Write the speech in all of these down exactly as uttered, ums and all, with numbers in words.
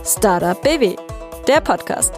Startup B W, der Podcast.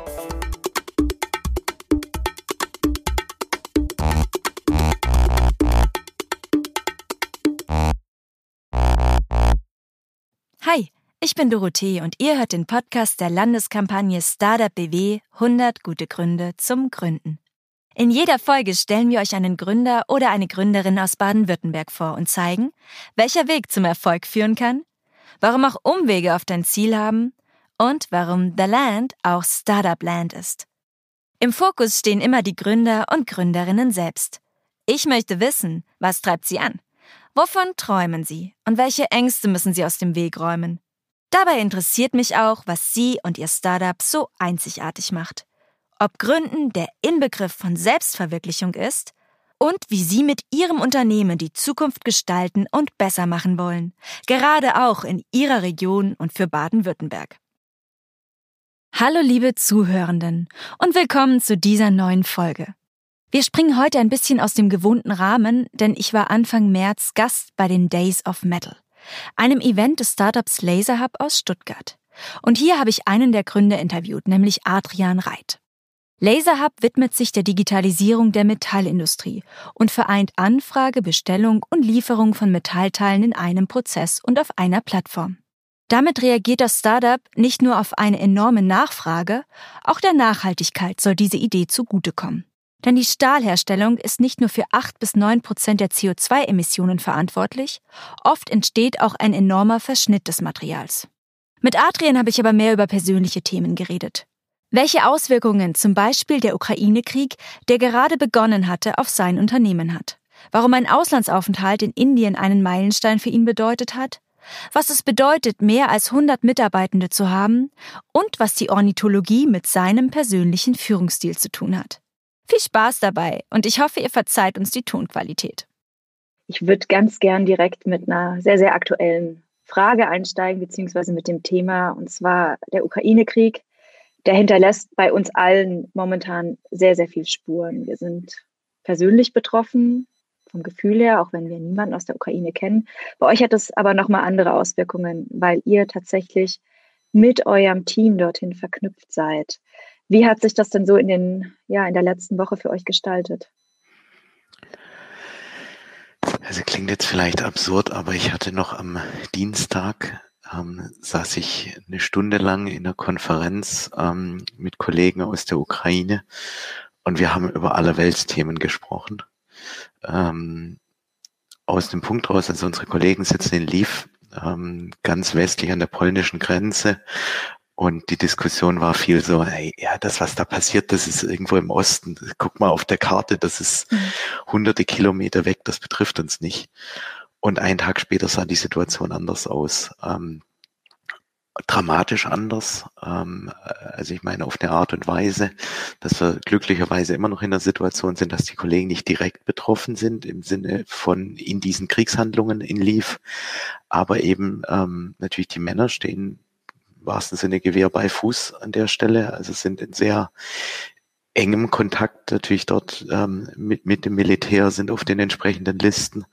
Hi, ich bin Dorothee und ihr hört den Podcast der Landeskampagne Startup B W hundert gute Gründe zum Gründen. In jeder Folge stellen wir euch einen Gründer oder eine Gründerin aus Baden-Württemberg vor und zeigen, welcher Weg zum Erfolg führen kann, warum auch Umwege oft ein Ziel haben und warum The Land auch Startup Land ist. Im Fokus stehen immer die Gründer und Gründerinnen selbst. Ich möchte wissen, was treibt sie an? Wovon träumen sie und welche Ängste müssen sie aus dem Weg räumen? Dabei interessiert mich auch, was sie und ihr Startup so einzigartig macht. Ob Gründen der Inbegriff von Selbstverwirklichung ist und wie sie mit ihrem Unternehmen die Zukunft gestalten und besser machen wollen, gerade auch in ihrer Region und für Baden-Württemberg. Hallo liebe Zuhörenden und willkommen zu dieser neuen Folge. Wir springen heute ein bisschen aus dem gewohnten Rahmen, denn ich war Anfang März Gast bei den Days of Metal, einem Event des Startups LaserHub aus Stuttgart. Und hier habe ich einen der Gründer interviewt, nämlich Adrian Reit. LaserHub widmet sich der Digitalisierung der Metallindustrie und vereint Anfrage, Bestellung und Lieferung von Metallteilen in einem Prozess und auf einer Plattform. Damit reagiert das Startup nicht nur auf eine enorme Nachfrage, auch der Nachhaltigkeit soll diese Idee zugutekommen. Denn die Stahlherstellung ist nicht nur für acht bis neun Prozent der C O zwei Emissionen verantwortlich, oft entsteht auch ein enormer Verschnitt des Materials. Mit Adrian habe ich aber mehr über persönliche Themen geredet. Welche Auswirkungen zum Beispiel der Ukraine-Krieg, der gerade begonnen hatte, auf sein Unternehmen hat. Warum ein Auslandsaufenthalt in Indien einen Meilenstein für ihn bedeutet hat. Was es bedeutet, mehr als hundert Mitarbeitende zu haben und was die Ornithologie mit seinem persönlichen Führungsstil zu tun hat. Viel Spaß dabei und ich hoffe, ihr verzeiht uns die Tonqualität. Ich würde ganz gern direkt mit einer sehr, sehr aktuellen Frage einsteigen, beziehungsweise mit dem Thema, und zwar der Ukraine-Krieg. Der hinterlässt bei uns allen momentan sehr, sehr viel Spuren. Wir sind persönlich betroffen, vom Gefühl her, auch wenn wir niemanden aus der Ukraine kennen. Bei euch hat es aber nochmal andere Auswirkungen, weil ihr tatsächlich mit eurem Team dorthin verknüpft seid. Wie hat sich das denn so in den, ja, in der letzten Woche für euch gestaltet? Also klingt jetzt vielleicht absurd, aber ich hatte noch am Dienstag, ähm, saß ich eine Stunde lang in einer Konferenz ähm, mit Kollegen aus der Ukraine und wir haben über allerweltsthemen gesprochen. Ähm, aus dem Punkt raus, also unsere Kollegen sitzen in Lviv, ähm, ganz westlich an der polnischen Grenze. Und die Diskussion war viel so, hey, ja, das, was da passiert, das ist irgendwo im Osten. Guck mal auf der Karte, das ist hunderte Kilometer weg, das betrifft uns nicht. Und einen Tag später sah die Situation anders aus. Ähm, dramatisch anders. Ähm, also ich meine auf eine Art und Weise, dass wir glücklicherweise immer noch in der Situation sind, dass die Kollegen nicht direkt betroffen sind im Sinne von in diesen Kriegshandlungen in Lviv. Aber eben ähm, natürlich die Männer stehen im wahrsten Sinne Gewehr bei Fuß an der Stelle, also sind in sehr engem Kontakt natürlich dort ähm, mit, mit dem Militär, sind auf den entsprechenden Listen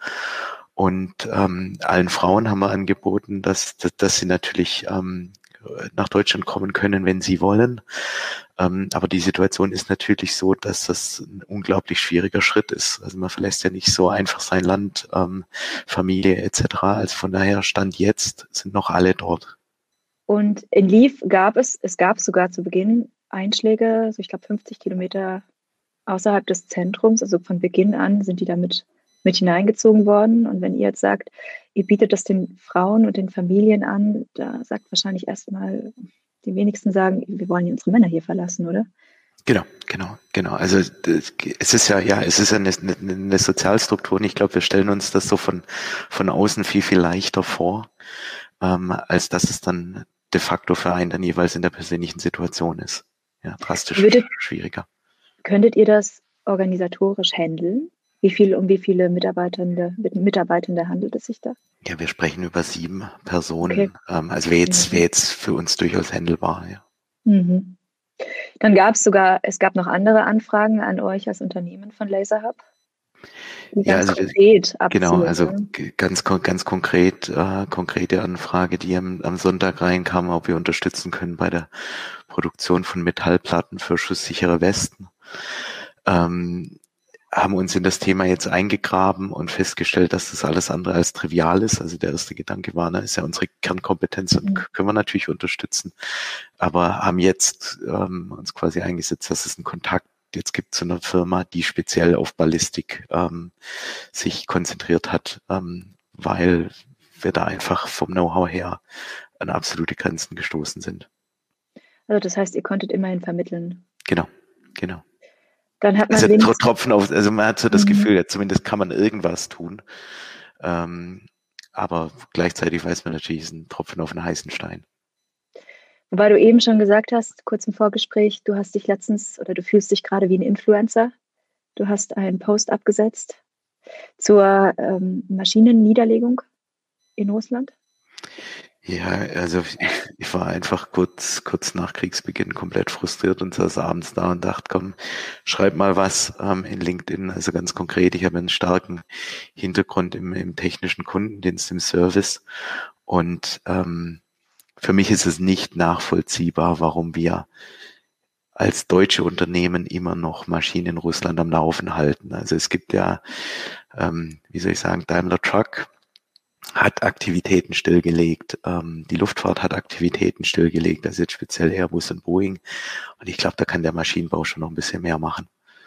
und ähm, allen Frauen haben wir angeboten, dass, dass, dass sie natürlich ähm, nach Deutschland kommen können, wenn sie wollen, ähm, aber die Situation ist natürlich so, dass das ein unglaublich schwieriger Schritt ist, also man verlässt ja nicht so einfach sein Land, ähm, Familie et cetera, also von daher Stand jetzt sind noch alle dort. Und in Lviv gab es, es gab sogar zu Beginn Einschläge, also ich glaube fünfzig Kilometer außerhalb des Zentrums, also von Beginn an sind die damit mit hineingezogen worden. Und wenn ihr jetzt sagt, ihr bietet das den Frauen und den Familien an, da sagt wahrscheinlich erstmal, die wenigsten sagen, wir wollen unsere Männer hier verlassen, oder? Genau, genau, genau. Also es ist ja, ja, es ist ja eine, eine, eine Sozialstruktur und ich glaube, wir stellen uns das so von, von außen viel, viel leichter vor, ähm, als dass es dann de facto für einen dann jeweils in der persönlichen Situation ist. Ja, drastisch Würdet, schwieriger. Könntet ihr das organisatorisch handeln? Wie viel, um wie viele Mitarbeitende, Mitarbeitende handelt es sich da? Ja, wir sprechen über sieben Personen. Okay. Ähm, also wäre jetzt, wäre jetzt für uns durchaus handelbar, ja. Mhm. Dann gab es sogar, es gab noch andere Anfragen an euch als Unternehmen von LaserHub? Die Ja, ganz also das, konkret genau, abzielen. also Ne? g- ganz kon- ganz konkret, äh, konkrete Anfrage, die am, am Sonntag reinkam, ob wir unterstützen können bei der Produktion von Metallplatten für schusssichere Westen. Ähm, haben uns in das Thema jetzt eingegraben und festgestellt, dass das alles andere als trivial ist. Also der erste Gedanke war, ne, ist ja unsere Kernkompetenz und Mhm. können wir natürlich unterstützen, aber haben jetzt ähm, uns quasi eingesetzt, dass es einen Kontakt jetzt gibt zu einer Firma, die speziell auf Ballistik ähm, sich konzentriert hat, ähm, weil wir da einfach vom Know-how her an absolute Grenzen gestoßen sind. Also das heißt, ihr konntet immerhin vermitteln. Genau, genau. Dann hat man Also wenigstens... Tropfen auf, also man hat so das Mhm. Gefühl, ja, zumindest kann man irgendwas tun. Ähm, aber gleichzeitig weiß man natürlich, es ist ein Tropfen auf einen heißen Stein. Wobei du eben schon gesagt hast, kurz im Vorgespräch, du hast dich letztens oder du fühlst dich gerade wie ein Influencer. Du hast einen Post abgesetzt zur ähm, Maschinenniederlegung in Russland. Ja, also ich, ich war einfach kurz, kurz nach Kriegsbeginn komplett frustriert und saß abends da und dachte, komm, schreib mal was ähm, in LinkedIn. Also ganz konkret, ich habe einen starken Hintergrund im, im technischen Kundendienst, im Service. Und ähm, für mich ist es nicht nachvollziehbar, warum wir als deutsche Unternehmen immer noch Maschinen in Russland am Laufen halten. Also es gibt ja, ähm, wie soll ich sagen, Daimler Truck hat Aktivitäten stillgelegt, ähm, die Luftfahrt hat Aktivitäten stillgelegt, also jetzt speziell Airbus und Boeing. Und ich glaube, da kann der Maschinenbau schon noch ein bisschen mehr machen.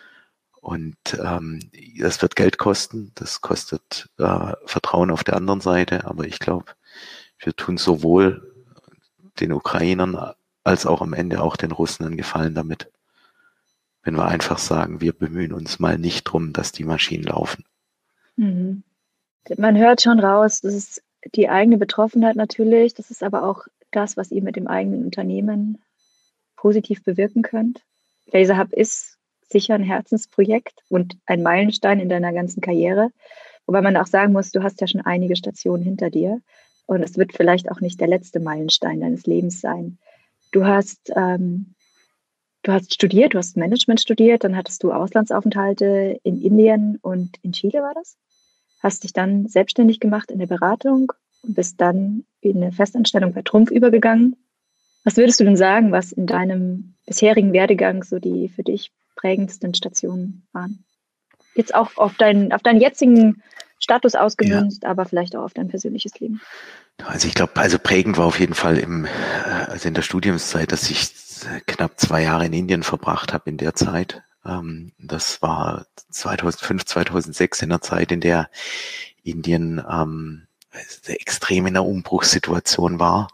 Und ähm, das wird Geld kosten, das kostet äh, Vertrauen auf der anderen Seite, aber ich glaube, wir tun sowohl den Ukrainern als auch am Ende auch den Russen einen Gefallen damit, wenn wir einfach sagen, wir bemühen uns mal nicht drum, dass die Maschinen laufen. Mhm. Man hört schon raus, das ist die eigene Betroffenheit natürlich, das ist aber auch das, was ihr mit dem eigenen Unternehmen positiv bewirken könnt. Laser Hub ist sicher ein Herzensprojekt und ein Meilenstein in deiner ganzen Karriere, wobei man auch sagen muss, du hast ja schon einige Stationen hinter dir und es wird vielleicht auch nicht der letzte Meilenstein deines Lebens sein. Du hast, ähm, du hast studiert, du hast Management studiert, dann hattest du Auslandsaufenthalte in Indien und in Chile, war das? Hast dich dann selbstständig gemacht in der Beratung und bist dann in eine Festanstellung bei Trumpf übergegangen. Was würdest du denn sagen, was in deinem bisherigen Werdegang so die für dich prägendsten Stationen waren? Jetzt auch auf deinen, auf deinen jetzigen Status ausgemünzt, ja, aber vielleicht auch auf dein persönliches Leben. Also ich glaube, also prägend war auf jeden Fall im, also in der Studiumszeit, dass ich knapp zwei Jahre in Indien verbracht habe in der Zeit. Das war zweitausendfünf, zweitausendsechs in der Zeit, in der Indien ähm, extrem in einer Umbruchssituation war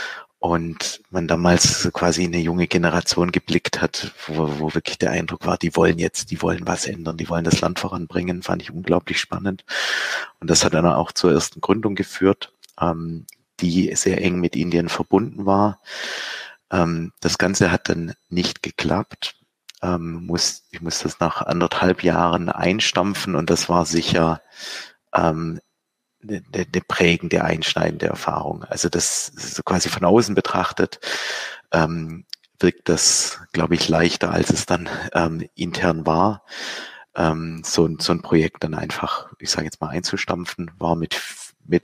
und man damals quasi in eine junge Generation geblickt hat, wo, wo wirklich der Eindruck war, die wollen jetzt, die wollen was ändern, die wollen das Land voranbringen, fand ich unglaublich spannend. Und das hat dann auch zur ersten Gründung geführt, ähm, die sehr eng mit Indien verbunden war. Ähm, das Ganze hat dann nicht geklappt. Ähm, muss, ich muss das nach anderthalb Jahren einstampfen und das war sicher ähm, eine, eine prägende, einschneidende Erfahrung. Also das so quasi von außen betrachtet ähm, wirkt das, glaube ich, leichter, als es dann ähm, intern war. Ähm, so, so ein Projekt dann einfach, ich sage jetzt mal, einzustampfen, war mit, mit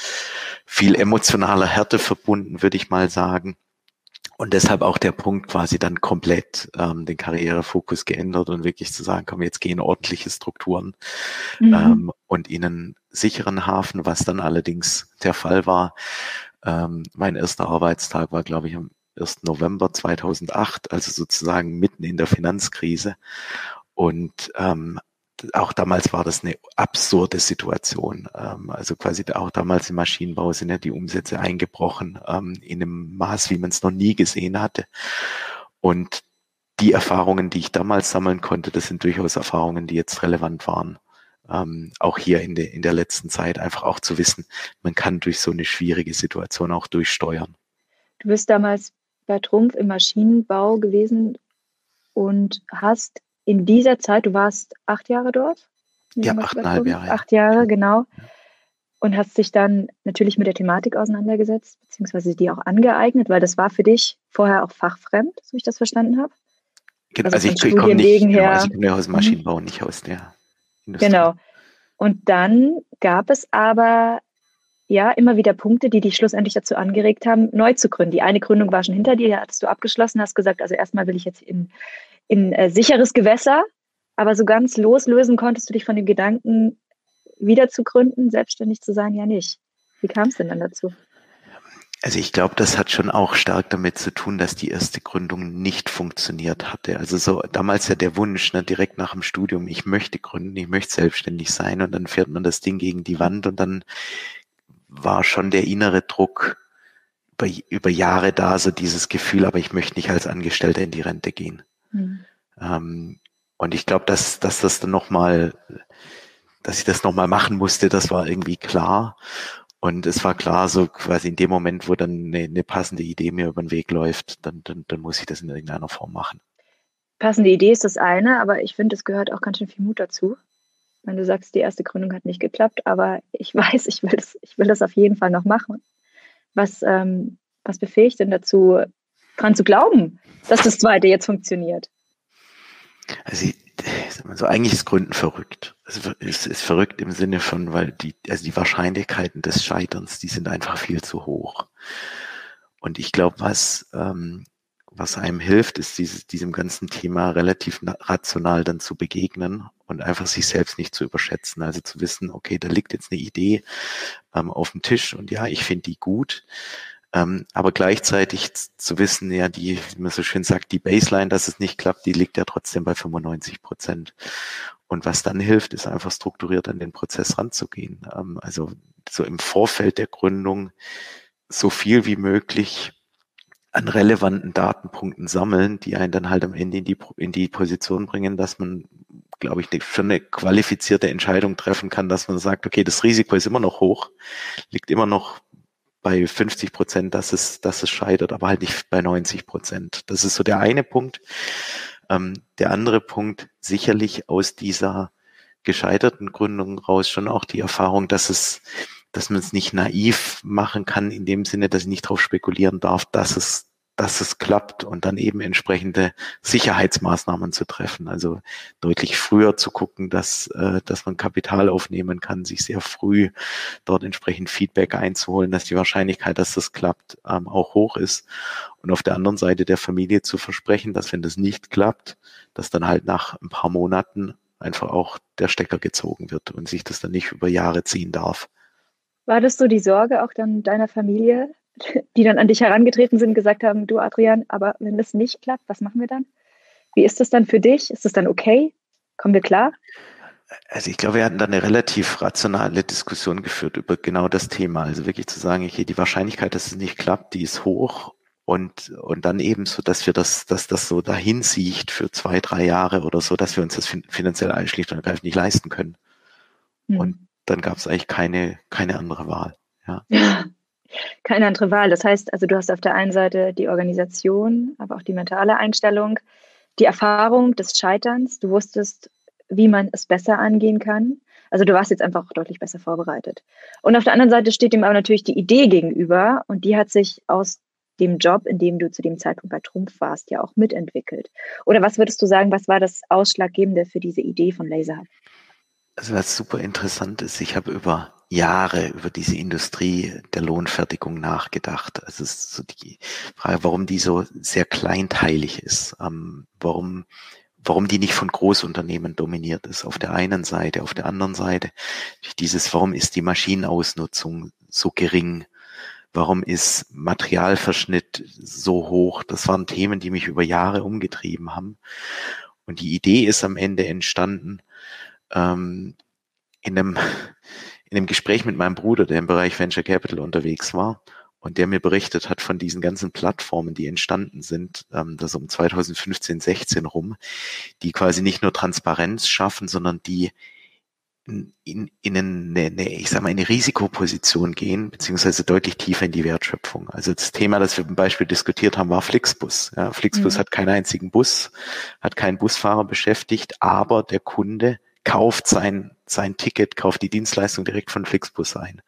viel emotionaler Härte verbunden, würde ich mal sagen. Und deshalb auch der Punkt quasi dann komplett ähm, den Karrierefokus geändert und wirklich zu sagen, komm, jetzt gehen ordentliche Strukturen mhm. ähm, und ihnen sicheren Hafen, was dann allerdings der Fall war. Ähm, mein erster Arbeitstag war, glaube ich, am ersten November zweitausendacht, also sozusagen mitten in der Finanzkrise. Und ähm, auch damals war das eine absurde Situation. Ähm, also quasi auch damals im Maschinenbau sind ja die Umsätze eingebrochen ähm, in einem Maß, wie man es noch nie gesehen hatte. Und die Erfahrungen, die ich damals sammeln konnte, das sind durchaus Erfahrungen, die jetzt relevant waren. Ähm, auch hier in, de, in der letzten Zeit einfach auch zu wissen, man kann durch so eine schwierige Situation auch durchsteuern. Du bist damals bei Trumpf im Maschinenbau gewesen und hast in dieser Zeit, du warst acht Jahre dort? Ja, achteinhalb Jahre. Acht Jahre, genau. Und hast dich dann natürlich mit der Thematik auseinandergesetzt, beziehungsweise die auch angeeignet, weil das war für dich vorher auch fachfremd, so wie ich das verstanden habe. Genau, also, also ich, ich komme nicht, her, genau, also ich komme ja aus dem Maschinenbau, nicht aus der Industrie. Genau. Und dann gab es aber ja immer wieder Punkte, die dich schlussendlich dazu angeregt haben, neu zu gründen. Die eine Gründung war schon hinter dir, die hattest du abgeschlossen, hast gesagt, also erstmal will ich jetzt in, in äh, sicheres Gewässer, aber so ganz loslösen konntest du dich von dem Gedanken, wieder zu gründen, selbstständig zu sein, ja nicht. Wie kam es denn dann dazu? Also ich glaube, das hat schon auch stark damit zu tun, dass die erste Gründung nicht funktioniert hatte. Also so damals ja der Wunsch, ne, direkt nach dem Studium, ich möchte gründen, ich möchte selbstständig sein, und dann fährt man das Ding gegen die Wand, und dann war schon der innere Druck über, über Jahre da, so dieses Gefühl, aber ich möchte nicht als Angestellter in die Rente gehen. Hm. Ähm, und ich glaube, dass, dass das dann nochmal, dass ich das nochmal machen musste, das war irgendwie klar. Und es war klar, so quasi in dem Moment, wo dann eine, eine passende Idee mir über den Weg läuft, dann, dann, dann muss ich das in irgendeiner Form machen. Passende Idee ist das eine, aber ich finde, es gehört auch ganz schön viel Mut dazu. Wenn du sagst, die erste Gründung hat nicht geklappt, aber ich weiß, ich will das, ich will das auf jeden Fall noch machen. Was, ähm, was befähigt denn dazu, dran zu glauben, dass das zweite jetzt funktioniert? Also ich, so, eigentlich ist Gründen verrückt. Also es ist verrückt im Sinne von, weil die, also die Wahrscheinlichkeiten des Scheiterns, die sind einfach viel zu hoch. Und ich glaube, was, ähm, was einem hilft, ist dieses, diesem ganzen Thema relativ rational dann zu begegnen und einfach sich selbst nicht zu überschätzen. Also zu wissen, okay, da liegt jetzt eine Idee ähm, auf dem Tisch, und ja, ich finde die gut. Ähm, aber gleichzeitig zu wissen, ja, die, wie man so schön sagt, die Baseline, dass es nicht klappt, die liegt ja trotzdem bei fünfundneunzig Prozent. Und was dann hilft, ist einfach strukturiert an den Prozess ranzugehen. Ähm, also so im Vorfeld der Gründung so viel wie möglich an relevanten Datenpunkten sammeln, die einen dann halt am Ende in die, in die Position bringen, dass man, glaube ich, schon eine qualifizierte Entscheidung treffen kann, dass man sagt, okay, das Risiko ist immer noch hoch, liegt immer noch bei fünfzig Prozent, dass es, dass es scheitert, aber halt nicht bei neunzig Prozent. Das ist so der eine Punkt. Ähm, der andere Punkt, sicherlich aus dieser gescheiterten Gründung raus schon auch die Erfahrung, dass es, dass man es nicht naiv machen kann, in dem Sinne, dass ich nicht darauf spekulieren darf, dass es dass es klappt, und dann eben entsprechende Sicherheitsmaßnahmen zu treffen. Also deutlich früher zu gucken, dass, äh, dass man Kapital aufnehmen kann, sich sehr früh dort entsprechend Feedback einzuholen, dass die Wahrscheinlichkeit, dass das klappt, ähm, auch hoch ist. Und auf der anderen Seite der Familie zu versprechen, dass, wenn das nicht klappt, dass dann halt nach ein paar Monaten einfach auch der Stecker gezogen wird und sich das dann nicht über Jahre ziehen darf. War das so die Sorge auch dann deiner Familie, die dann an dich herangetreten sind und gesagt haben, du Adrian, aber wenn das nicht klappt, was machen wir dann? Wie ist das dann für dich? Ist das dann okay? Kommen wir klar? Also ich glaube, wir hatten da eine relativ rationale Diskussion geführt über genau das Thema. Also wirklich zu sagen, okay, die Wahrscheinlichkeit, dass es nicht klappt, die ist hoch, und und dann eben so, dass wir das, dass das so dahin sieht für zwei, drei Jahre oder so, dass wir uns das finanziell schlicht und ergreifend nicht leisten können. Hm. Und dann gab es eigentlich keine keine andere Wahl. Ja. Keine andere Wahl. Das heißt, also du hast auf der einen Seite die Organisation, aber auch die mentale Einstellung, die Erfahrung des Scheiterns. Du wusstest, wie man es besser angehen kann. Also du warst jetzt einfach deutlich besser vorbereitet. Und auf der anderen Seite steht dem aber natürlich die Idee gegenüber, und die hat sich aus dem Job, in dem du zu dem Zeitpunkt bei Trumpf warst, ja auch mitentwickelt. Oder was würdest du sagen, was war das Ausschlaggebende für diese Idee von LaserHub? Also was super interessant ist, ich habe über Jahre über diese Industrie der Lohnfertigung nachgedacht. Also es ist so die Frage, warum die so sehr kleinteilig ist, ähm, warum warum die nicht von Großunternehmen dominiert ist, auf der einen Seite, auf der anderen Seite dieses, warum ist die Maschinenausnutzung so gering, warum ist Materialverschnitt so hoch, das waren Themen, die mich über Jahre umgetrieben haben. Und die Idee ist am Ende entstanden, ähm, in einem in einem Gespräch mit meinem Bruder, der im Bereich Venture Capital unterwegs war und der mir berichtet hat von diesen ganzen Plattformen, die entstanden sind, ähm, das um zwanzig fünfzehn, sechzehn rum, die quasi nicht nur Transparenz schaffen, sondern die in, in, in eine, eine, ich sag mal, in eine Risikoposition gehen, beziehungsweise deutlich tiefer in die Wertschöpfung. Also das Thema, das wir zum Beispiel diskutiert haben, war Flixbus. Ja, Flixbus mhm. hat keinen einzigen Bus, hat keinen Busfahrer beschäftigt, aber der Kunde kauft sein, sein Ticket, kauft die Dienstleistung direkt von Flixbus ein.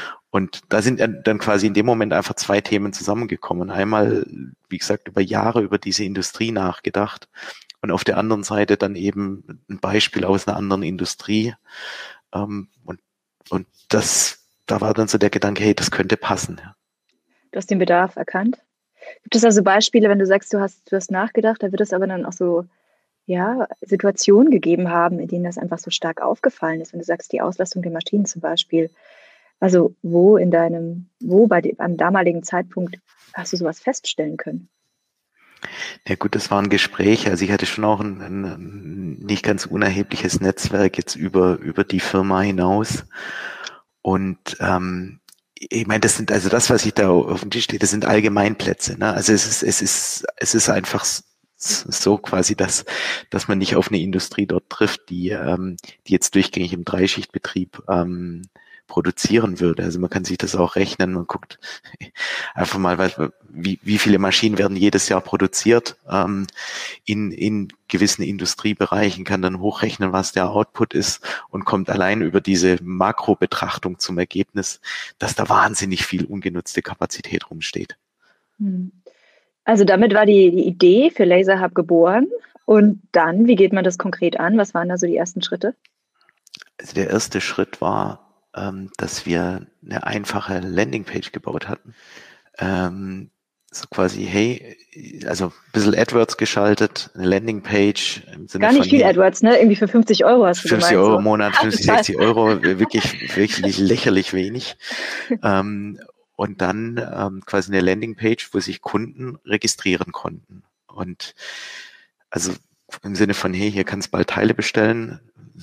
Und da sind dann quasi in dem Moment einfach zwei Themen zusammengekommen. Einmal, wie gesagt, über Jahre über diese Industrie nachgedacht und auf der anderen Seite dann eben ein Beispiel aus einer anderen Industrie. Ähm, und, und das, da war dann so der Gedanke, hey, das könnte passen. Du hast den Bedarf erkannt. Gibt es also Beispiele, wenn du sagst, du hast, du hast nachgedacht, da wird es aber dann auch so, ja, Situationen gegeben haben, in denen das einfach so stark aufgefallen ist, wenn du sagst, die Auslastung der Maschinen zum Beispiel. Also wo in deinem, wo bei dem, am damaligen Zeitpunkt hast du sowas feststellen können? Ja gut, das war ein Gespräch. Also ich hatte schon auch ein, ein nicht ganz unerhebliches Netzwerk jetzt über, über die Firma hinaus. Und ähm, ich meine, das sind also das, was ich da auf dem Tisch stehe, das sind Allgemeinplätze. Ne? Also es ist, es ist, es ist einfach so quasi, dass, dass man nicht auf eine Industrie dort trifft, die, ähm, die jetzt durchgängig im Dreischichtbetrieb ähm, produzieren würde. Also man kann sich das auch rechnen und guckt einfach mal, wie, wie viele Maschinen werden jedes Jahr produziert ähm, in, in gewissen Industriebereichen, kann dann hochrechnen, was der Output ist und kommt allein über diese Makrobetrachtung zum Ergebnis, dass da wahnsinnig viel ungenutzte Kapazität rumsteht. Also damit war die, die Idee für LaserHub geboren. Und dann, wie geht man das konkret an? Was waren da so die ersten Schritte? Also der erste Schritt war, ähm, dass wir eine einfache Landingpage gebaut hatten. Ähm, so quasi, hey, also ein bisschen AdWords geschaltet, eine Landingpage. Im Sinne Gar nicht von, viel hey, AdWords, ne? Irgendwie für fünfzig Euro hast du fünfzig gemeint. Euro so. im Monat, fünfzig, sechzig Euro, wirklich, wirklich lächerlich wenig. ähm, und dann ähm, quasi eine Landingpage, wo sich Kunden registrieren konnten. Und also im Sinne von, hey, hier kannst du bald Teile bestellen.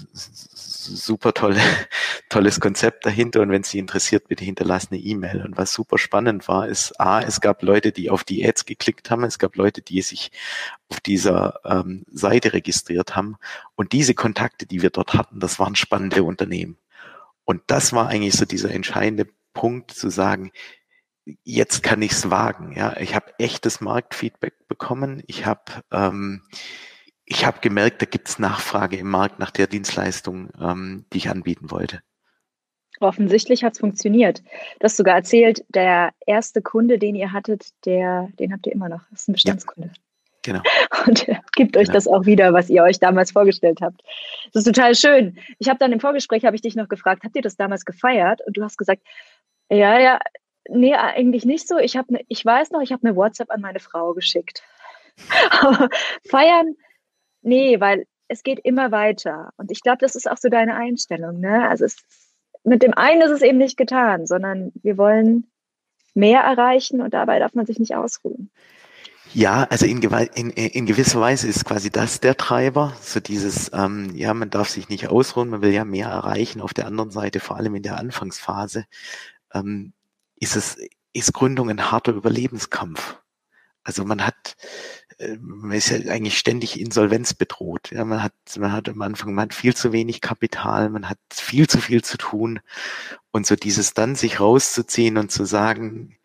Super tolle, tolles Konzept dahinter. Und wenn es Sie interessiert, bitte hinterlass eine E-Mail. Und was super spannend war, ist, A, es gab Leute, die auf die Ads geklickt haben. Es gab Leute, die sich auf dieser ähm, Seite registriert haben. Und diese Kontakte, die wir dort hatten, das waren spannende Unternehmen. Und das war eigentlich so dieser entscheidende Punkt, zu sagen, jetzt kann ich es wagen. Ja, ich habe echtes Marktfeedback bekommen. Ich habe ähm, ich habe gemerkt, da gibt es Nachfrage im Markt nach der Dienstleistung, ähm, die ich anbieten wollte. Offensichtlich hat es funktioniert. Du hast sogar erzählt, der erste Kunde, den ihr hattet, der, den habt ihr immer noch. Das ist ein Bestandskunde. Ja, genau. Und er gibt euch genau. das auch wieder, was ihr euch damals vorgestellt habt. Das ist total schön. Ich habe dann im Vorgespräch, habe ich dich noch gefragt, habt ihr das damals gefeiert? Und du hast gesagt, ja, ja, nee, eigentlich nicht so. Ich, hab ne, ich weiß noch, ich habe eine WhatsApp an meine Frau geschickt. Aber feiern, nee, weil es geht immer weiter. Und ich glaube, das ist auch so deine Einstellung. Ne? Also es, mit dem einen ist es eben nicht getan, sondern wir wollen mehr erreichen und dabei darf man sich nicht ausruhen. Ja, also in, in, in gewisser Weise ist quasi das der Treiber, so dieses, ähm, ja, man darf sich nicht ausruhen, man will ja mehr erreichen. Auf der anderen Seite, vor allem in der Anfangsphase, ähm, ist es, ist Gründung ein harter Überlebenskampf. Also man hat, man ist ja eigentlich ständig Insolvenz bedroht. Ja, man hat, man hat am Anfang, man hat viel zu wenig Kapital, man hat viel zu viel zu tun. Und so dieses dann sich rauszuziehen und zu sagen,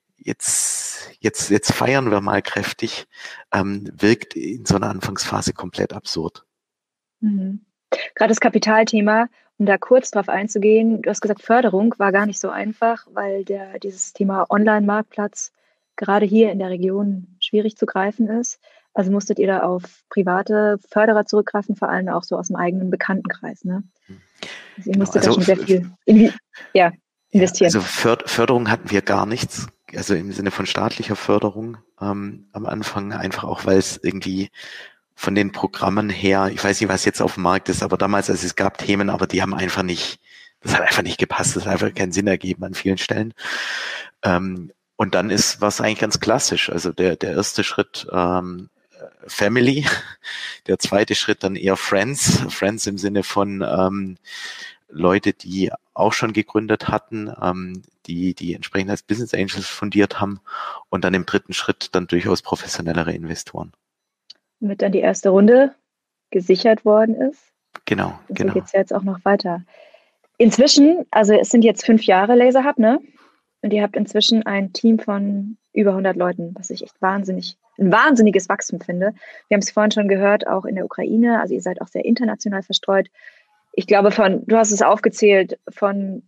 jetzt, jetzt, jetzt feiern wir mal kräftig, ähm, wirkt in so einer Anfangsphase komplett absurd. Mhm. Gerade das Kapitalthema, um da kurz drauf einzugehen, du hast gesagt, Förderung war gar nicht so einfach, weil der, dieses Thema Online-Marktplatz gerade hier in der Region schwierig zu greifen ist. Also musstet ihr da auf private Förderer zurückgreifen, vor allem auch so aus dem eigenen Bekanntenkreis, ne? Also ihr musstet genau, also, da schon sehr viel in, ja, investieren. Ja, also Förderung hatten wir gar nichts, also im Sinne von staatlicher Förderung ähm, am Anfang, einfach auch, weil es irgendwie von den Programmen her, ich weiß nicht, was jetzt auf dem Markt ist, aber damals, also es gab Themen, aber die haben einfach nicht, das hat einfach nicht gepasst, das hat einfach keinen Sinn ergeben an vielen Stellen. Ähm, Und dann ist was eigentlich ganz klassisch. Also der der erste Schritt ähm, Family, der zweite Schritt dann eher Friends, Friends im Sinne von ähm, Leute, die auch schon gegründet hatten, ähm, die die entsprechend als Business Angels fundiert haben und dann im dritten Schritt dann durchaus professionellere Investoren. Damit dann die erste Runde gesichert worden ist. Genau, und genau. So geht es ja jetzt auch noch weiter. Inzwischen, also es sind jetzt fünf Jahre LaserHub, ne? Und ihr habt inzwischen ein Team von über hundert Leuten, was ich echt wahnsinnig, ein wahnsinniges Wachstum finde. Wir haben es vorhin schon gehört, auch in der Ukraine. Also ihr seid auch sehr international verstreut. Ich glaube, von, du hast es aufgezählt, von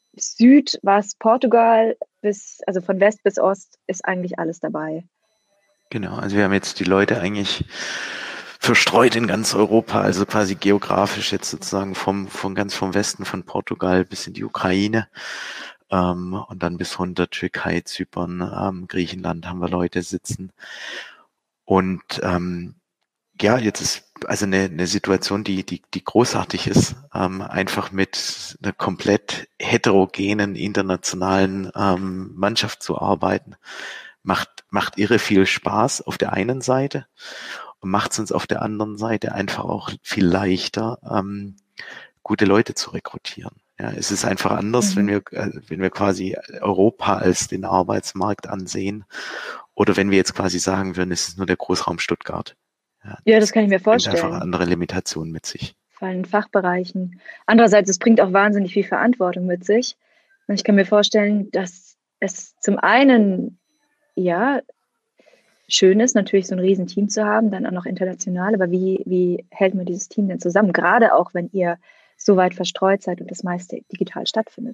Süd war es Portugal bis, also von West bis Ost ist eigentlich alles dabei. Genau, also wir haben jetzt die Leute eigentlich verstreut in ganz Europa, also quasi geografisch jetzt sozusagen vom, von ganz vom Westen von Portugal bis in die Ukraine, ähm, und dann bis runter Türkei, Zypern, ähm, Griechenland haben wir Leute sitzen. Und ähm, ja, jetzt ist also eine, eine Situation, die, die, die großartig ist, ähm, einfach mit einer komplett heterogenen internationalen ähm, Mannschaft zu arbeiten. Macht, macht irre viel Spaß auf der einen Seite und macht es uns auf der anderen Seite einfach auch viel leichter, ähm, gute Leute zu rekrutieren. Ja, es ist einfach anders, mhm. wenn wir, äh, wenn wir quasi Europa als den Arbeitsmarkt ansehen oder wenn wir jetzt quasi sagen würden, es ist nur der Großraum Stuttgart. Ja, ja, das kann ich mir vorstellen. Bringt einfach andere Limitationen mit sich. Vor allem in Fachbereichen. Andererseits, es bringt auch wahnsinnig viel Verantwortung mit sich. Und ich kann mir vorstellen, dass es zum einen, ja, schön ist, natürlich so ein Riesenteam zu haben, dann auch noch international. Aber wie, wie hält man dieses Team denn zusammen? Gerade auch, wenn ihr so weit verstreut seid und das meiste digital stattfindet.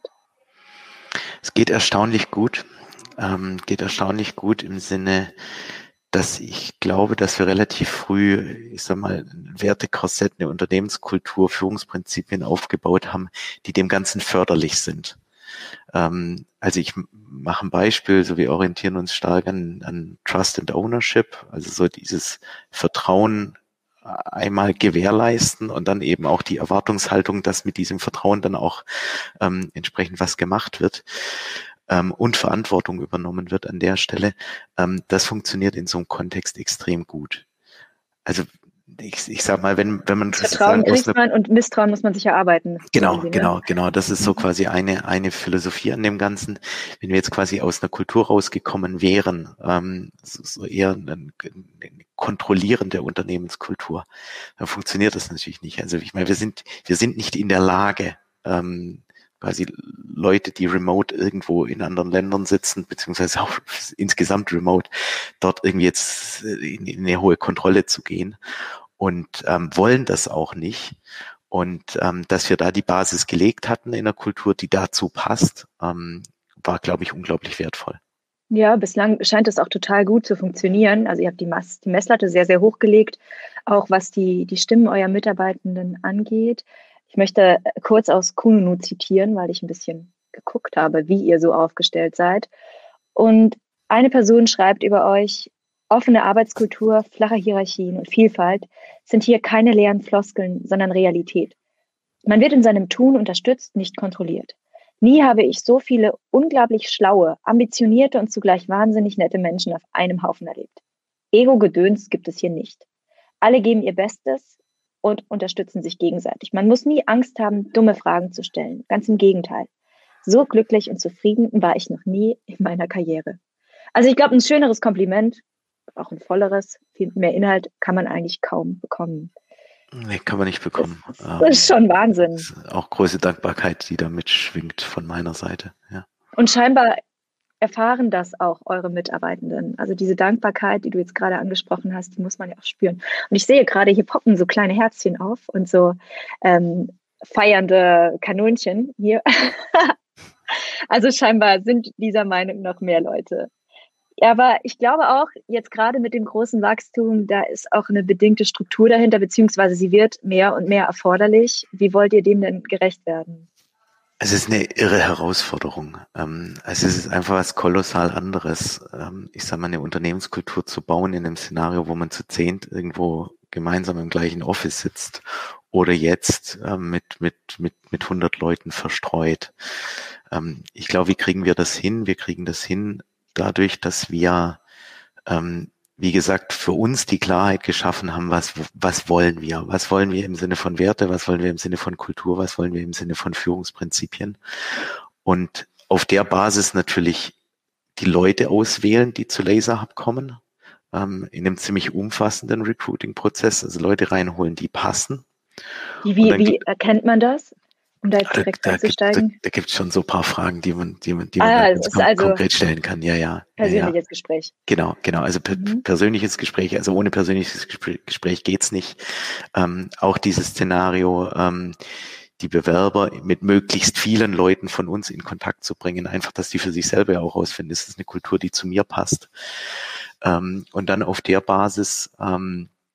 Es geht erstaunlich gut. Ähm, geht erstaunlich gut im Sinne, dass ich glaube, dass wir relativ früh, ich sag mal, ein Wertekorsett, eine Unternehmenskultur, Führungsprinzipien aufgebaut haben, die dem Ganzen förderlich sind. Ähm, also ich mache ein Beispiel, so wir orientieren uns stark an, an Trust and Ownership, also so dieses Vertrauen einmal gewährleisten und dann eben auch die Erwartungshaltung, dass mit diesem Vertrauen dann auch ähm, entsprechend was gemacht wird. Ähm, und Verantwortung übernommen wird an der Stelle, ähm, das funktioniert in so einem Kontext extrem gut. Also ich, ich sag mal, wenn wenn man Vertrauen kriegt man und Misstrauen muss man sich erarbeiten. Genau, Sie, genau, ne? genau. Das ist so quasi eine eine Philosophie an dem Ganzen. Wenn wir jetzt quasi aus einer Kultur rausgekommen wären, ähm, so, so eher eine, eine kontrollierende Unternehmenskultur, dann funktioniert das natürlich nicht. Also ich meine, wir sind wir sind nicht in der Lage, ähm, quasi Leute, die remote irgendwo in anderen Ländern sitzen, beziehungsweise auch insgesamt remote, dort irgendwie jetzt in, in eine hohe Kontrolle zu gehen und ähm, wollen das auch nicht. Und ähm, dass wir da die Basis gelegt hatten in einer Kultur, die dazu passt, ähm, war, glaube ich, unglaublich wertvoll. Ja, bislang scheint es auch total gut zu funktionieren. Also ihr habt die, Mass- die Messlatte sehr, sehr hochgelegt, auch was die, die Stimmen eurer Mitarbeitenden angeht. Ich möchte kurz aus Kununu zitieren, weil ich ein bisschen geguckt habe, wie ihr so aufgestellt seid. Und eine Person schreibt über euch, offene Arbeitskultur, flache Hierarchien und Vielfalt sind hier keine leeren Floskeln, sondern Realität. Man wird in seinem Tun unterstützt, nicht kontrolliert. Nie habe ich so viele unglaublich schlaue, ambitionierte und zugleich wahnsinnig nette Menschen auf einem Haufen erlebt. Ego-Gedöns gibt es hier nicht. Alle geben ihr Bestes und unterstützen sich gegenseitig. Man muss nie Angst haben, dumme Fragen zu stellen. Ganz im Gegenteil. So glücklich und zufrieden war ich noch nie in meiner Karriere. Also ich glaube, ein schöneres Kompliment, auch ein volleres, viel mehr Inhalt kann man eigentlich kaum bekommen. Nee, kann man nicht bekommen. Das, das ist schon Wahnsinn. Das ist auch große Dankbarkeit, die da mitschwingt von meiner Seite. Ja. Und scheinbar erfahren das auch eure Mitarbeitenden. Also diese Dankbarkeit, die du jetzt gerade angesprochen hast, die muss man ja auch spüren. Und ich sehe gerade, hier poppen so kleine Herzchen auf und so ähm, feiernde Kanonchen hier. Also scheinbar sind dieser Meinung noch mehr Leute. Aber ich glaube auch, jetzt gerade mit dem großen Wachstum, da ist auch eine bedingte Struktur dahinter, beziehungsweise sie wird mehr und mehr erforderlich. Wie wollt ihr dem denn gerecht werden? Es ist eine irre Herausforderung. Es ist einfach was kolossal anderes, ich sage mal, eine Unternehmenskultur zu bauen in einem Szenario, wo man zu zehnt irgendwo gemeinsam im gleichen Office sitzt oder jetzt mit mit mit mit hundert Leuten verstreut. Ich glaube, wie kriegen wir das hin? Wir kriegen das hin dadurch, dass wir, wie gesagt, für uns die Klarheit geschaffen haben, was, was wollen wir? Was wollen wir im Sinne von Werte? Was wollen wir im Sinne von Kultur? Was wollen wir im Sinne von Führungsprinzipien? Und auf der Basis natürlich die Leute auswählen, die zu LaserHub kommen, ähm, in einem ziemlich umfassenden Recruiting-Prozess, also Leute reinholen, die passen. Wie, wie, wie erkennt man das? Um da jetzt direkt da, einzusteigen? Da, da gibt es schon so ein paar Fragen, die man, die man, die man ah, ganz kon- also konkret stellen kann. Ja, ja. Persönliches ja, ja. Gespräch. Genau, genau. Also per- mhm. persönliches Gespräch, also ohne persönliches Gespräch, Gespräch geht's nicht. Ähm, auch dieses Szenario, ähm, die Bewerber mit möglichst vielen Leuten von uns in Kontakt zu bringen, einfach, dass die für sich selber ja auch rausfinden, ist das eine Kultur, die zu mir passt. Ähm, und dann auf der Basis ähm,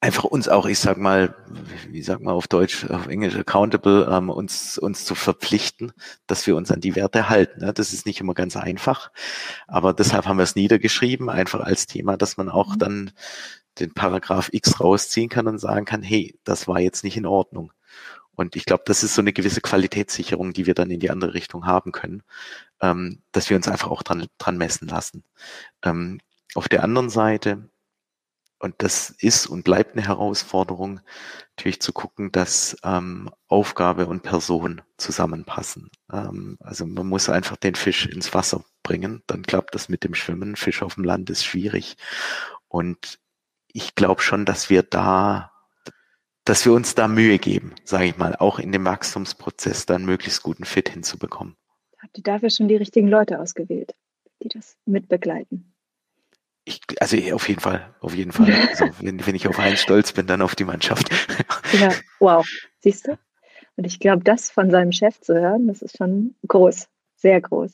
einfach uns auch, ich sag mal, wie sagt man auf Deutsch, auf Englisch accountable, ähm, uns uns zu verpflichten, dass wir uns an die Werte halten. Ne? Das ist nicht immer ganz einfach, aber deshalb haben wir es niedergeschrieben, einfach als Thema, dass man auch dann den Paragraph X rausziehen kann und sagen kann, hey, das war jetzt nicht in Ordnung. Und ich glaube, das ist so eine gewisse Qualitätssicherung, die wir dann in die andere Richtung haben können, ähm, dass wir uns einfach auch dran, dran messen lassen. Ähm, auf der anderen Seite, und das ist und bleibt eine Herausforderung, natürlich zu gucken, dass ähm, Aufgabe und Person zusammenpassen. Ähm, also man muss einfach den Fisch ins Wasser bringen, dann klappt das mit dem Schwimmen. Fisch auf dem Land ist schwierig. Und ich glaube schon, dass wir da, dass wir uns da Mühe geben, sage ich mal, auch in dem Wachstumsprozess dann möglichst guten Fit hinzubekommen. Habt ihr dafür schon die richtigen Leute ausgewählt, die das mitbegleiten? Ich, also auf jeden Fall, auf jeden Fall. Also wenn, wenn ich auf eins stolz bin, dann auf die Mannschaft. Ja, wow, siehst du? Und ich glaube, das von seinem Chef zu hören, das ist schon groß, sehr groß.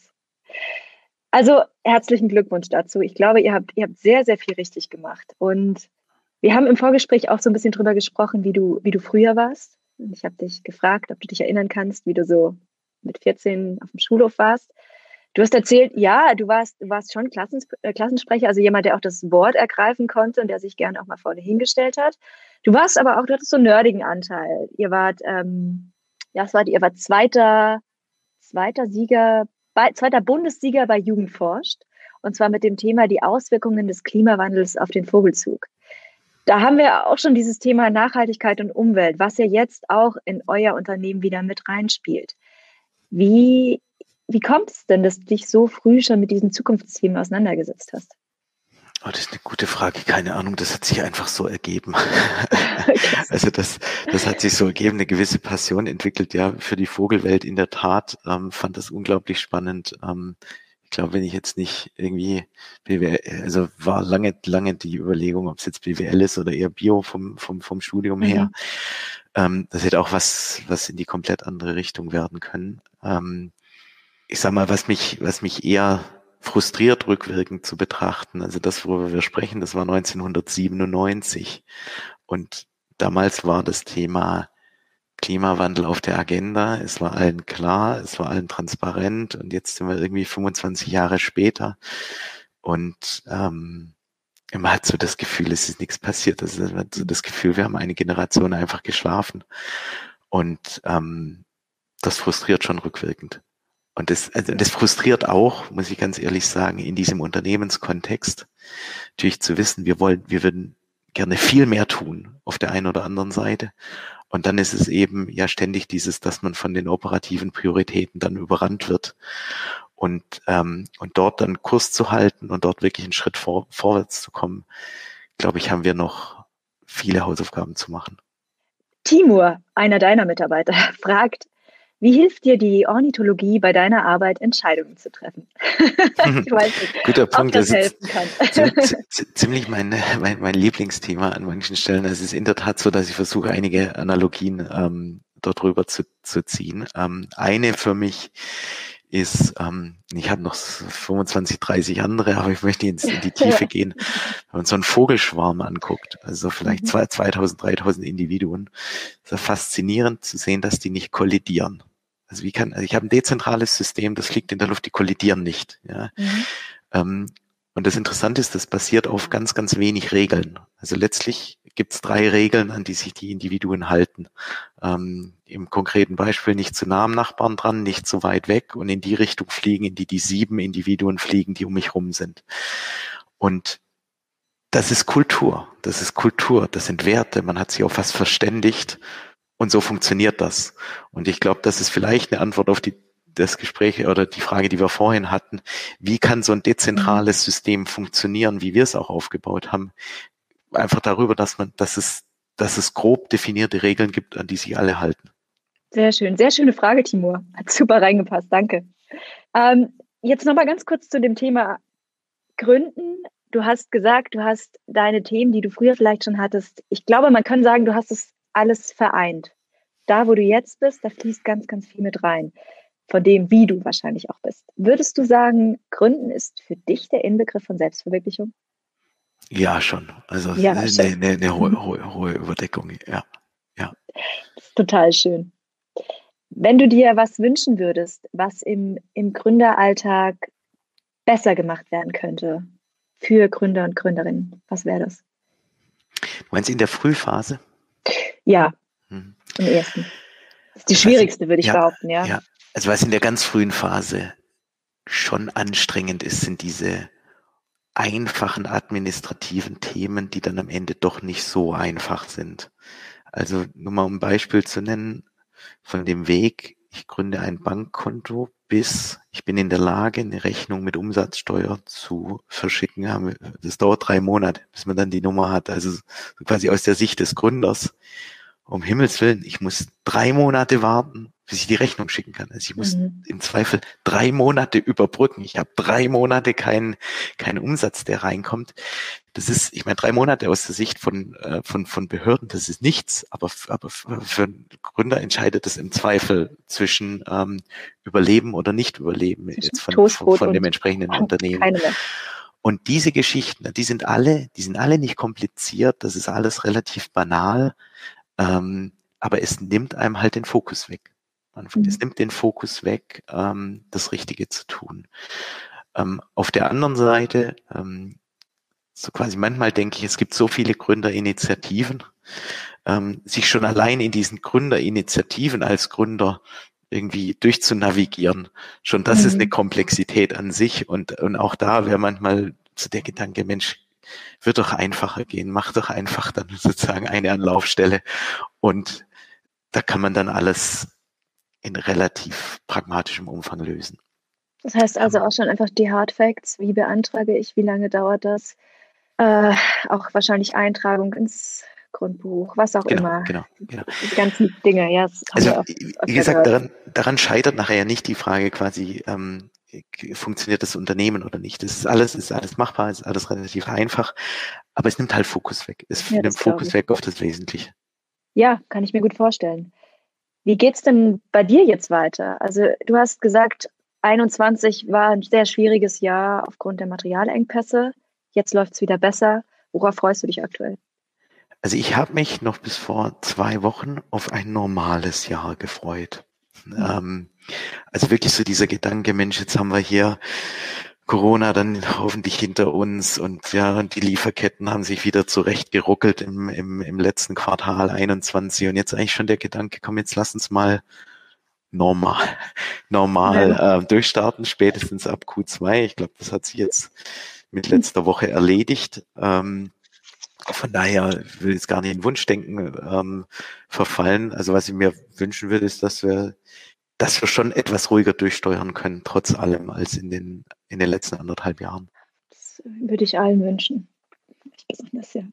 Also herzlichen Glückwunsch dazu. Ich glaube, ihr habt, ihr habt sehr, sehr viel richtig gemacht. Und wir haben im Vorgespräch auch so ein bisschen drüber gesprochen, wie du, wie du früher warst. Und ich habe dich gefragt, ob du dich erinnern kannst, wie du so mit vierzehn auf dem Schulhof warst. Du hast erzählt, ja, du warst, du warst schon Klassens, äh, Klassensprecher, also jemand, der auch das Wort ergreifen konnte und der sich gerne auch mal vorne hingestellt hat. Du warst aber auch, du hattest so einen nerdigen Anteil. Ihr wart, ähm, ja, es war, ihr wart zweiter, zweiter Sieger, bei, zweiter Bundessieger bei Jugend forscht. Und zwar mit dem Thema die Auswirkungen des Klimawandels auf den Vogelzug. Da haben wir auch schon dieses Thema Nachhaltigkeit und Umwelt, was ja jetzt auch in euer Unternehmen wieder mit reinspielt. Wie Wie kommt es denn, dass du dich so früh schon mit diesen Zukunftsthemen auseinandergesetzt hast? Oh, das ist eine gute Frage. Keine Ahnung, das hat sich einfach so ergeben. Also das, das hat sich so ergeben, eine gewisse Passion entwickelt, ja, für die Vogelwelt in der Tat. Ähm, fand das unglaublich spannend. Ähm, ich glaube, wenn ich jetzt nicht irgendwie B W L, also war lange, lange die Überlegung, ob es jetzt B W L ist oder eher Bio vom, vom, vom Studium her. Mhm. Ähm, das hätte auch was, was in die komplett andere Richtung werden können. Ähm, ich sag mal, was mich, was mich eher frustriert, rückwirkend zu betrachten, also das, worüber wir sprechen, das war neunzehnhundertsiebenundneunzig. Und damals war das Thema Klimawandel auf der Agenda. Es war allen klar, es war allen transparent. Und jetzt sind wir irgendwie fünfundzwanzig Jahre später. Und ähm, man hat so das Gefühl, es ist nichts passiert. Also man hat so das Gefühl, wir haben eine Generation einfach geschlafen. Und ähm, das frustriert schon rückwirkend. Und das, also das frustriert auch, muss ich ganz ehrlich sagen, in diesem Unternehmenskontext, natürlich zu wissen, wir wollen, wir würden gerne viel mehr tun auf der einen oder anderen Seite. Und dann ist es eben ja ständig dieses, dass man von den operativen Prioritäten dann überrannt wird. Und, ähm, und dort dann Kurs zu halten und dort wirklich einen Schritt vor, vorwärts zu kommen, glaube ich, haben wir noch viele Hausaufgaben zu machen. Timur, einer deiner Mitarbeiter, fragt, wie hilft dir die Ornithologie bei deiner Arbeit, Entscheidungen zu treffen? Ich weiß nicht, Guter Punkt, ob das, das helfen ist kann. z- z- ziemlich mein, mein, mein Lieblingsthema an manchen Stellen. Es ist in der Tat so, dass ich versuche, einige Analogien ähm, dort rüber zu, zu ziehen. Ähm, eine für mich ist, ähm, ich habe noch fünfundzwanzig, dreißig andere, aber ich möchte jetzt in die Tiefe gehen. Wenn man so einen Vogelschwarm anguckt, also vielleicht Mhm. zwei- zweitausend, dreitausend Individuen, ist ja faszinierend zu sehen, dass die nicht kollidieren. Also wie kann, also ich habe ein dezentrales System, das fliegt in der Luft, die kollidieren nicht. Ja. Mhm. Ähm, und das Interessante ist, das basiert auf ganz, ganz wenig Regeln. Also letztlich gibt es drei Regeln, an die sich die Individuen halten. Ähm, im konkreten Beispiel nicht zu nah am Nachbarn dran, nicht zu weit weg und in die Richtung fliegen, in die die sieben Individuen fliegen, die um mich rum sind. Und das ist Kultur. Das ist Kultur. Das sind Werte. Man hat sich auf was verständigt. Und so funktioniert das. Und ich glaube, das ist vielleicht eine Antwort auf die, das Gespräch oder die Frage, die wir vorhin hatten. Wie kann so ein dezentrales System funktionieren, wie wir es auch aufgebaut haben? Einfach darüber, dass man, dass es, dass es grob definierte Regeln gibt, an die sich alle halten. Sehr schön, sehr schöne Frage, Timur. Hat super reingepasst, danke. Ähm, jetzt nochmal ganz kurz zu dem Thema Gründen. Du hast gesagt, du hast deine Themen, die du früher vielleicht schon hattest. Ich glaube, man kann sagen, du hast es alles vereint. Da, wo du jetzt bist, da fließt ganz, ganz viel mit rein. Von dem, wie du wahrscheinlich auch bist. Würdest du sagen, Gründen ist für dich der Inbegriff von Selbstverwirklichung? Ja, schon. Also Ja, eine, schön. eine, eine hohe, hohe, hohe Überdeckung, ja. Ja. Das ist total schön. Wenn du dir was wünschen würdest, was im, im Gründeralltag besser gemacht werden könnte für Gründer und Gründerinnen, was wäre das? Du meinst in der Frühphase? Ja, Hm. im ersten. Das ist die Also was in, schwierigste, würde ich ja, behaupten, ja. ja. Also was in der ganz frühen Phase schon anstrengend ist, sind diese einfachen administrativen Themen, die dann am Ende doch nicht so einfach sind. Also nur mal um ein Beispiel zu nennen, von dem Weg, ich gründe ein Bankkonto, bis ich bin in der Lage, eine Rechnung mit Umsatzsteuer zu verschicken. Das dauert drei Monate, bis man dann die Nummer hat. Also quasi aus der Sicht des Gründers, um Himmels Willen, ich muss drei Monate warten, bis ich die Rechnung schicken kann. Also ich muss mhm. im Zweifel drei Monate überbrücken. Ich habe drei Monate keinen keinen Umsatz, der reinkommt. Das ist, ich meine, drei Monate aus der Sicht von äh, von von Behörden, das ist nichts. Aber aber für einen Gründer entscheidet es im Zweifel zwischen ähm, Überleben oder nicht Überleben jetzt von von, von dem entsprechenden Unternehmen. Und diese Geschichten, die sind alle, die sind alle nicht kompliziert. Das ist alles relativ banal. Ähm, aber es nimmt einem halt den Fokus weg. Mhm. Es nimmt den Fokus weg, ähm, das Richtige zu tun. Ähm, auf der anderen Seite, ähm, so quasi manchmal denke ich, es gibt so viele Gründerinitiativen, ähm, sich schon allein in diesen Gründerinitiativen als Gründer irgendwie durchzunavigieren. Schon das mhm. ist eine Komplexität an sich und, und auch da wäre manchmal so der Gedanke, Mensch, wird doch einfacher gehen, mach doch einfach dann sozusagen eine Anlaufstelle und da kann man dann alles in relativ pragmatischem Umfang lösen. Das heißt also auch schon einfach die Hard Facts, wie beantrage ich, wie lange dauert das, äh, auch wahrscheinlich Eintragung ins Grundbuch, was auch genau, immer. Genau, genau. Die ganzen Dinge, ja. Das also wie gesagt, daran, daran scheitert nachher ja nicht die Frage quasi, ähm, funktioniert das Unternehmen oder nicht. Das ist alles, ist alles machbar, ist alles relativ einfach, aber es nimmt halt Fokus weg. Es ja, nimmt Fokus weg auf das Wesentliche. Ja, kann ich mir gut vorstellen. Wie geht's denn bei dir jetzt weiter? Also du hast gesagt, einundzwanzig war ein sehr schwieriges Jahr aufgrund der Materialengpässe. Jetzt läuft es wieder besser. Worauf freust du dich aktuell? Also ich habe mich noch bis vor zwei Wochen auf ein normales Jahr gefreut. Mhm. Ähm, also wirklich so dieser Gedanke, Mensch, jetzt haben wir hier Corona dann hoffentlich hinter uns und ja, die Lieferketten haben sich wieder zurechtgeruckelt im, im, im letzten Quartal einundzwanzig und jetzt eigentlich schon der Gedanke, komm, jetzt lass uns mal normal, normal ja. äh, durchstarten, spätestens ab Q zwei. Ich glaube, das hat sich jetzt mit letzter Woche erledigt. Ähm, von daher will ich jetzt gar nicht in Wunschdenken ähm, verfallen. Also was ich mir wünschen würde, ist, dass wir dass wir schon etwas ruhiger durchsteuern können, trotz allem, als in den, in den letzten anderthalb Jahren. Das würde ich allen wünschen. Ich besonders, ja.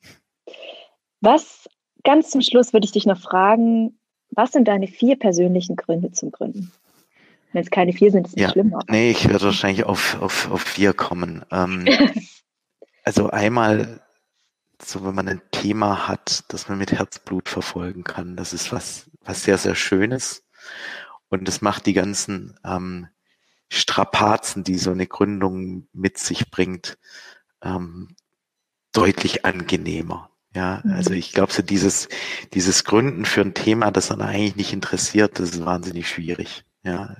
Was, ganz zum Schluss würde ich dich noch fragen, was sind deine vier persönlichen Gründe zum Gründen? Wenn es keine vier sind, ist es ja, nicht schlimm. Aber. Nee, ich werde wahrscheinlich auf, auf, auf vier kommen. Ähm, also einmal, so wenn man ein Thema hat, das man mit Herzblut verfolgen kann, das ist was, was sehr, sehr Schönes. Und das macht die ganzen ähm, Strapazen, die so eine Gründung mit sich bringt, ähm, deutlich angenehmer. Ja, mhm. Also ich glaube, so dieses dieses Gründen für ein Thema, das einen eigentlich nicht interessiert, das ist wahnsinnig schwierig. Ja,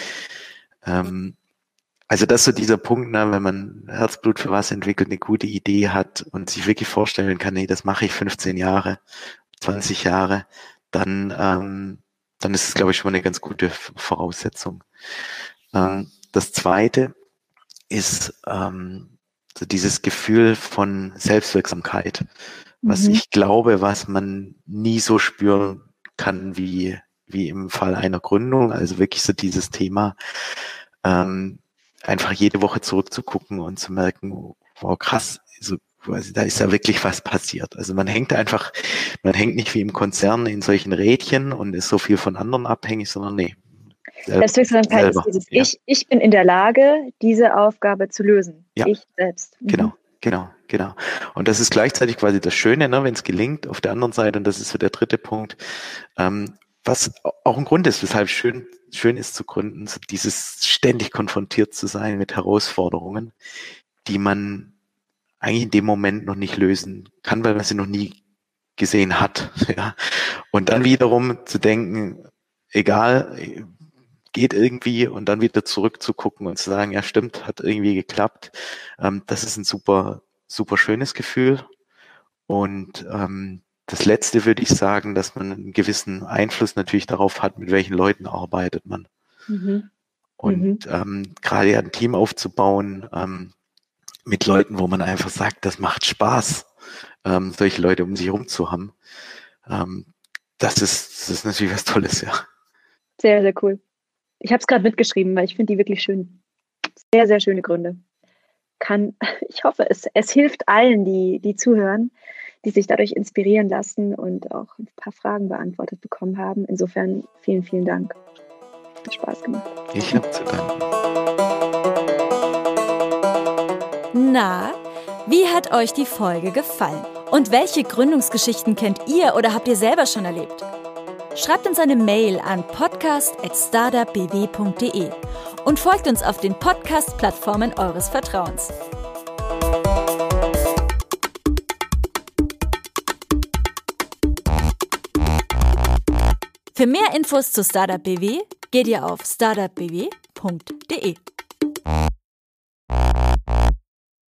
ähm, also das ist so dieser Punkt, ne, wenn man Herzblut für was entwickelt, eine gute Idee hat und sich wirklich vorstellen kann, nee, das mache ich fünfzehn Jahre, zwanzig Jahre, dann ähm, dann ist es, glaube ich, schon mal eine ganz gute Voraussetzung. Ähm, das Zweite ist ähm, so dieses Gefühl von Selbstwirksamkeit, mhm. was ich glaube, was man nie so spüren kann wie wie im Fall einer Gründung. Also wirklich so dieses Thema, ähm, einfach jede Woche zurückzugucken und zu merken, wow, krass, so, also da ist ja wirklich was passiert. Also man hängt einfach, man hängt nicht wie im Konzern in solchen Rädchen und ist so viel von anderen abhängig, sondern nee. Selbstwirksamkeit ist dieses ja. ich, ich bin in der Lage, diese Aufgabe zu lösen. Ja. Ich selbst. Mhm. Genau, genau, genau. Und das ist gleichzeitig quasi das Schöne, ne, wenn es gelingt. Auf der anderen Seite, und das ist so der dritte Punkt, ähm, was auch ein Grund ist, weshalb schön, schön ist zu gründen, so dieses ständig konfrontiert zu sein mit Herausforderungen, die man eigentlich in dem Moment noch nicht lösen kann, weil man sie noch nie gesehen hat. Ja. Und dann wiederum zu denken, egal, geht irgendwie, und dann wieder zurückzugucken und zu sagen, ja stimmt, hat irgendwie geklappt. Ähm, das ist ein super, super schönes Gefühl. Und ähm, das Letzte würde ich sagen, dass man einen gewissen Einfluss natürlich darauf hat, mit welchen Leuten arbeitet man. Mhm. Und mhm. ähm, gerade ein Team aufzubauen ähm, mit Leuten, wo man einfach sagt, das macht Spaß, ähm, solche Leute um sich herum zu haben. Ähm, das ist, das ist natürlich was Tolles, ja. Sehr, sehr cool. Ich habe es gerade mitgeschrieben, weil ich finde die wirklich schön. Sehr, sehr schöne Gründe. Kann, ich hoffe, es, es hilft allen, die, die zuhören, die sich dadurch inspirieren lassen und auch ein paar Fragen beantwortet bekommen haben. Insofern vielen, vielen Dank. Hat Spaß gemacht. Ich habe zu danken. Na, wie hat euch die Folge gefallen? Und welche Gründungsgeschichten kennt ihr oder habt ihr selber schon erlebt? Schreibt uns eine Mail an podcast at startup b w punkt d e und folgt uns auf den Podcast-Plattformen eures Vertrauens. Für mehr Infos zu Startup B W geht ihr auf startup b w punkt d e.